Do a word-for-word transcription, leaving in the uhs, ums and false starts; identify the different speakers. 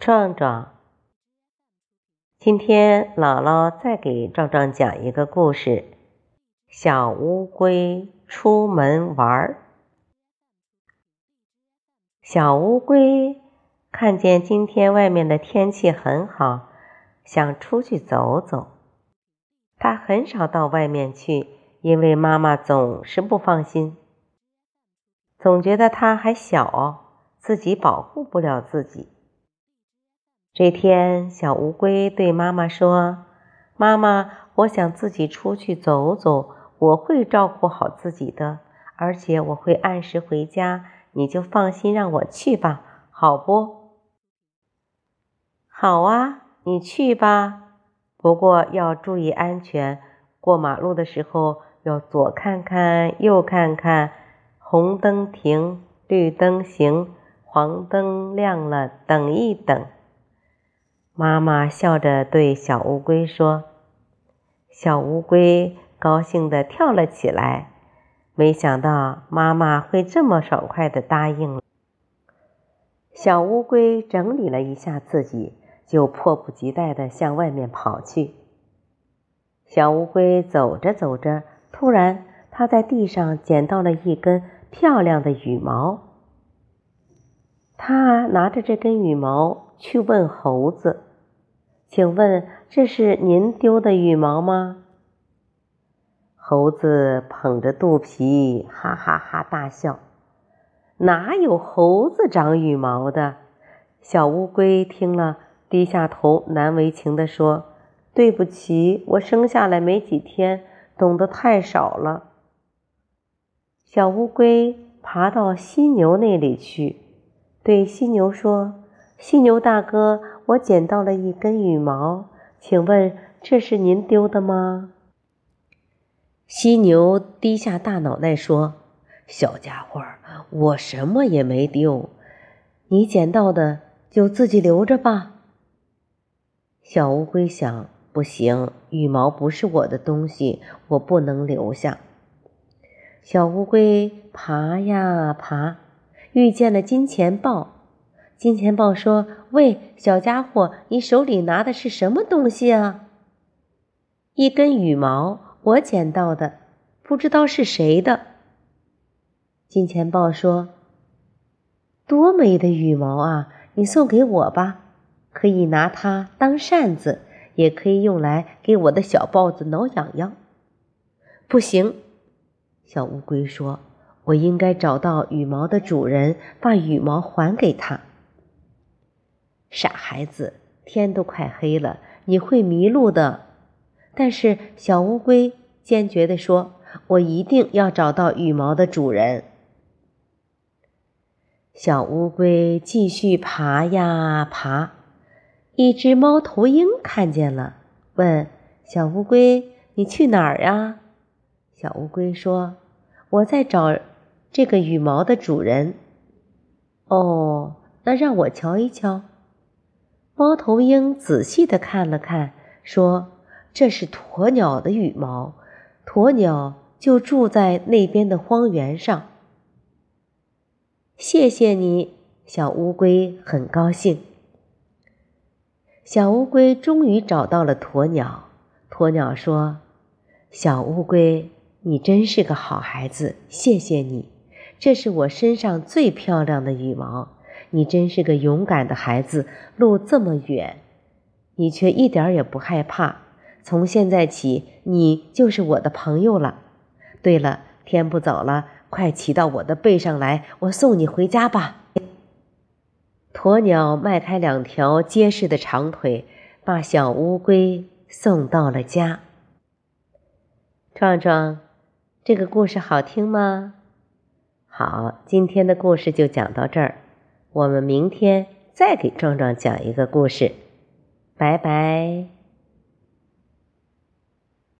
Speaker 1: 壮壮，今天姥姥再给壮壮讲一个故事：小乌龟出门玩儿。小乌龟看见今天外面的天气很好，想出去走走。它很少到外面去，因为妈妈总是不放心，总觉得它还小，自己保护不了自己。这天，小乌龟对妈妈说：“妈妈，我想自己出去走走，我会照顾好自己的，而且我会按时回家，你就放心让我去吧，好不？”“好啊，你去吧，不过要注意安全，过马路的时候要左看看，右看看，红灯停，绿灯行，黄灯亮了等一等。”妈妈笑着对小乌龟说。小乌龟高兴地跳了起来，没想到妈妈会这么爽快地答应了。小乌龟整理了一下自己，就迫不及待地向外面跑去。小乌龟走着走着，突然它在地上捡到了一根漂亮的羽毛。它拿着这根羽毛去问猴子：“请问这是您丢的羽毛吗？”猴子捧着肚皮哈哈哈大笑：“哪有猴子长羽毛的？”小乌龟听了，低下头难为情地说：“对不起，我生下来没几天，懂得太少了。”小乌龟爬到犀牛那里去，对犀牛说：“犀牛大哥，我捡到了一根羽毛，请问这是您丢的吗？”犀牛低下大脑袋说：“小家伙，我什么也没丢，你捡到的就自己留着吧。”小乌龟想，不行，羽毛不是我的东西，我不能留下。小乌龟爬呀爬，遇见了金钱豹。金钱豹说：“喂，小家伙，你手里拿的是什么东西啊？”“一根羽毛，我捡到的，不知道是谁的。”金钱豹说：“多美的羽毛啊，你送给我吧，可以拿它当扇子，也可以用来给我的小豹子挠痒痒。”“不行。”小乌龟说，“我应该找到羽毛的主人，把羽毛还给他。”“傻孩子，天都快黑了，你会迷路的。”但是小乌龟坚决地说：“我一定要找到羽毛的主人。”小乌龟继续爬呀爬，一只猫头鹰看见了，问小乌龟：“你去哪儿啊？”小乌龟说：“我在找这个羽毛的主人。”“哦，那让我瞧一瞧。”猫头鹰仔细地看了看，说：“这是鸵鸟的羽毛，鸵鸟就住在那边的荒原上。”“谢谢你。”小乌龟很高兴。小乌龟终于找到了鸵鸟。鸵鸟说：“小乌龟，你真是个好孩子，谢谢你，这是我身上最漂亮的羽毛。你真是个勇敢的孩子，路这么远，你却一点也不害怕。从现在起，你就是我的朋友了。对了，天不早了，快骑到我的背上来，我送你回家吧。”鸵鸟迈开两条结实的长腿，把小乌龟送到了家。壮壮，这个故事好听吗？好，今天的故事就讲到这儿，我们明天再给壮壮讲一个故事。拜拜。